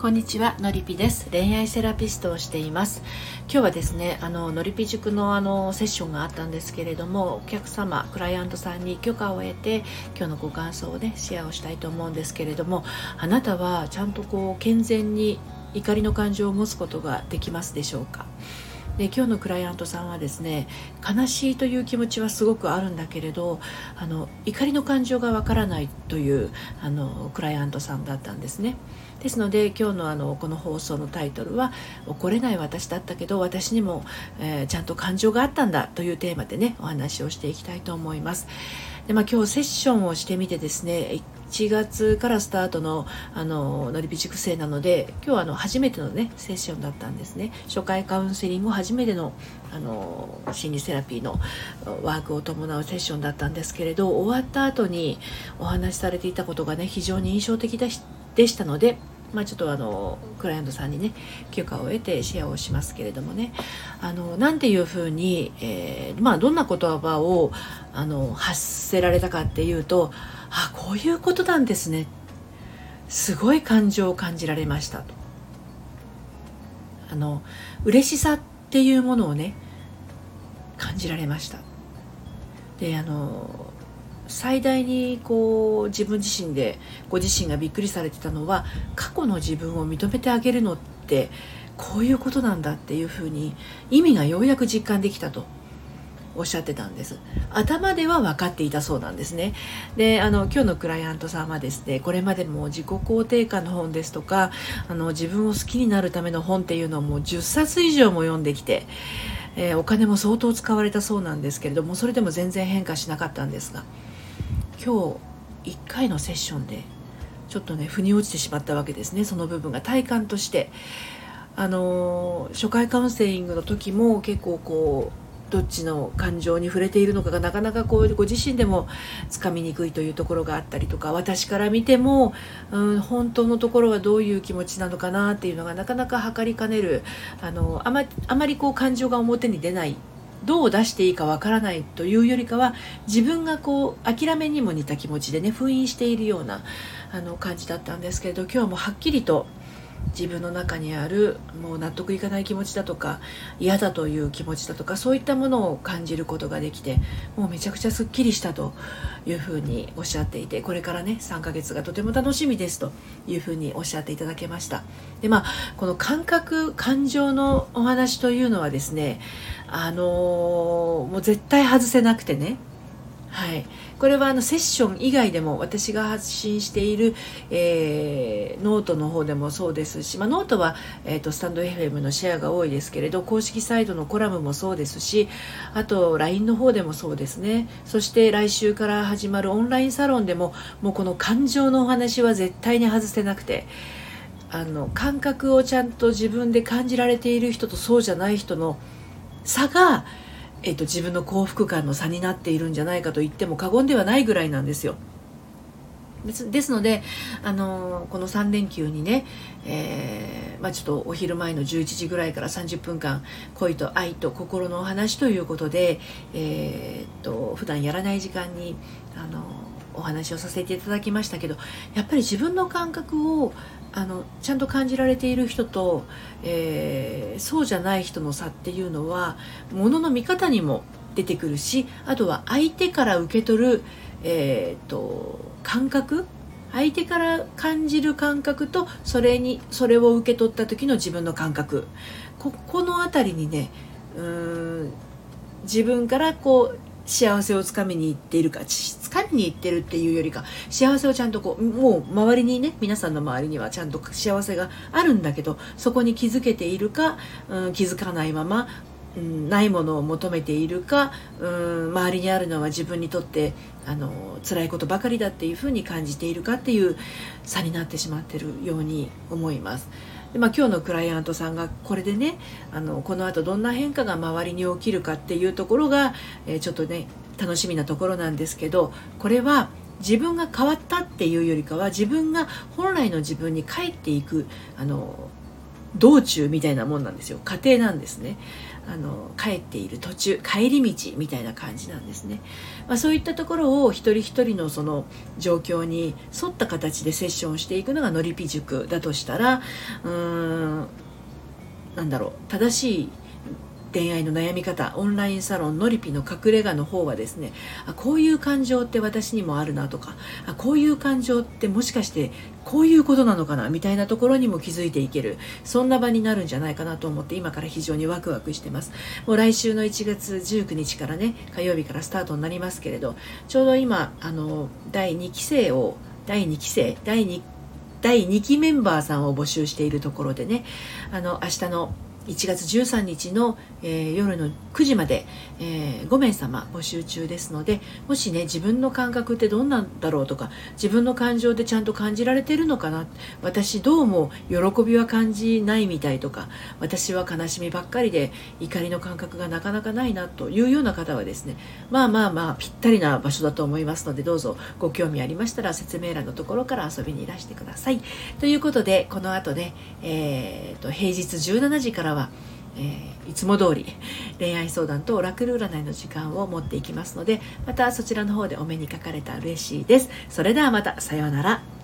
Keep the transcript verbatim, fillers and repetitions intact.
こんにちは、のりぴです。恋愛セラピストをしています。今日はですね、あののりぴ塾のあのセッションがあったんですけれども、お客様、クライアントさんに許可を得て今日のご感想をねシェアをしたいと思うんですけれども、あなたはちゃんとこう健全に怒りの感情を持つことができますでしょうか。で今日のクライアントさんはですね、悲しいという気持ちはすごくあるんだけれど、あの怒りの感情がわからないというあのクライアントさんだったんですね。ですので今日のあのこの放送のタイトルは、怒れない私だったけど私にも、えー、ちゃんと感情があったんだというテーマでねお話をしていきたいと思います。で、まあ、今日セッションをしてみてですね、いちがつからスタートのあののりぴ塾生なので、今日はあの初めてのねセッションだったんですね。初回カウンセリング初めてのあの心理セラピーのワークを伴うセッションだったんですけれど、終わった後にお話しされていたことがね非常に印象的でしたので、まあ、ちょっとあのクライアントさんにね許可を得てシェアをしますけれどもね、あのなんていうふうに、えーまあ、どんな言葉をあの発せられたかっていうと、あ、こういうことなんですね、すごい感情を感じられましたと、あの嬉しさっていうものをね感じられました。で、あの最大にこう自分自身でご自身がびっくりされてたのは、過去の自分を認めてあげるのってこういうことなんだっていうふうに意味がようやく実感できたとおっしゃってたんです。頭では分かっていたそうなんですね。で、あの今日のクライアントさんはですね、これまでも自己肯定感の本ですとか、あの自分を好きになるための本っていうのをもうじゅっさつ以上も読んできて、えー、お金も相当使われたそうなんですけれども、それでも全然変化しなかったんですが、今日いっかいのセッションでちょっとね腑に落ちてしまったわけですね。その部分が体感として、あのー、初回カウンセリングの時も結構こうどっちの感情に触れているのかがなかなかこうご自身でもつかみにくいというところがあったりとか、私から見ても、うん、本当のところはどういう気持ちなのかなっていうのがなかなか測りかねる、あのあまあまりこう感情が表に出ない、どう出していいかわからないというよりかは、自分がこう諦めにも似た気持ちでね封印しているようなあの感じだったんですけれど、今日はもうはっきりと自分の中にあるもう納得いかない気持ちだとか嫌だという気持ちだとか、そういったものを感じることができて、もうめちゃくちゃすっきりしたというふうにおっしゃっていて、これからねさんかげつがとても楽しみですというふうにおっしゃっていただけました。で、まあこの感覚感情のお話というのはですね、あのー、もう絶対外せなくてね、はい、これはあのセッション以外でも私が発信している、えー、ノートの方でもそうですし、まあ、ノートは、えーと、スタンド エフエム のシェアが多いですけれど、公式サイトのコラムもそうですし、あと ライン の方でもそうですね。そして来週から始まるオンラインサロンでも、もうこの感情のお話は絶対に外せなくて、あの感覚をちゃんと自分で感じられている人とそうじゃない人の差が、えーと、自分の幸福感の差になっているんじゃないかと言っても過言ではないぐらいなんですよ。ですですので、あのー、このさん連休にね、えーまあ、ちょっとお昼前のじゅういちじぐらいからさんじゅっぷんかん恋と愛と心のお話ということで、えー、と普段やらない時間に、あのー、お話をさせていただきましたけど、やっぱり自分の感覚をあのちゃんと感じられている人と、えー、そうじゃない人の差っていうのは物の見方にも出てくるし、あとは相手から受け取る、えー、と感覚、相手から感じる感覚とそれにそれを受け取った時の自分の感覚、ここのあたりにね、うーん自分からこう幸せをつかみに行っているか、つかみに行ってるっていうよりか、幸せをちゃんとこう、もう周りにね、皆さんの周りにはちゃんと幸せがあるんだけど、そこに気づけているか、うん、気づかないまま、うん、ないものを求めているか、うん、周りにあるのは自分にとってあの辛いことばかりだっていうふうに感じているかっていう差になってしまっているように思います。で、まあ、今日のクライアントさんがこれでね、あのこの後どんな変化が周りに起きるかっていうところが、えー、ちょっとね楽しみなところなんですけど、これは自分が変わったっていうよりかは、自分が本来の自分に帰っていくあの道中みたいなもんなんですよ。過程なんですね。あの帰っている途中、帰り道みたいな感じなんですね。まあ、そういったところを一人一人のその状況に沿った形でセッションをしていくのがのりぴ塾だとしたら、うーんなんだろう、正しい恋愛の悩み方、オンラインサロンのりぴの隠れ家の方はですね、あ、こういう感情って私にもあるなとか、あ、こういう感情ってもしかしてこういうことなのかなみたいなところにも気づいていける、そんな場になるんじゃないかなと思って、今から非常にワクワクしてます。もう来週のいちがつじゅうくにちからね、火曜日からスタートになりますけれど、ちょうど今あのだいにき生をだいにき生だいにだいにきメンバーさんを募集しているところでね、あの明日のいちがつじゅうさんにちの、えー、夜のくじまで、えー、ごめいさま募集中ですので、もしね自分の感覚ってどんなんだろうとか、自分の感情でちゃんと感じられてるのかな、私どうも喜びは感じないみたいとか、私は悲しみばっかりで怒りの感覚がなかなかないなというような方はですね、まあまあまあぴったりな場所だと思いますので、どうぞご興味ありましたら説明欄のところから遊びにいらしてください。ということで、この後ね、えー、と平日じゅうしちじからははえー、いつも通り恋愛相談とオラクル占いの時間を持っていきますので、またそちらの方でお目にかかれたら嬉しいです。それではまた、さようなら。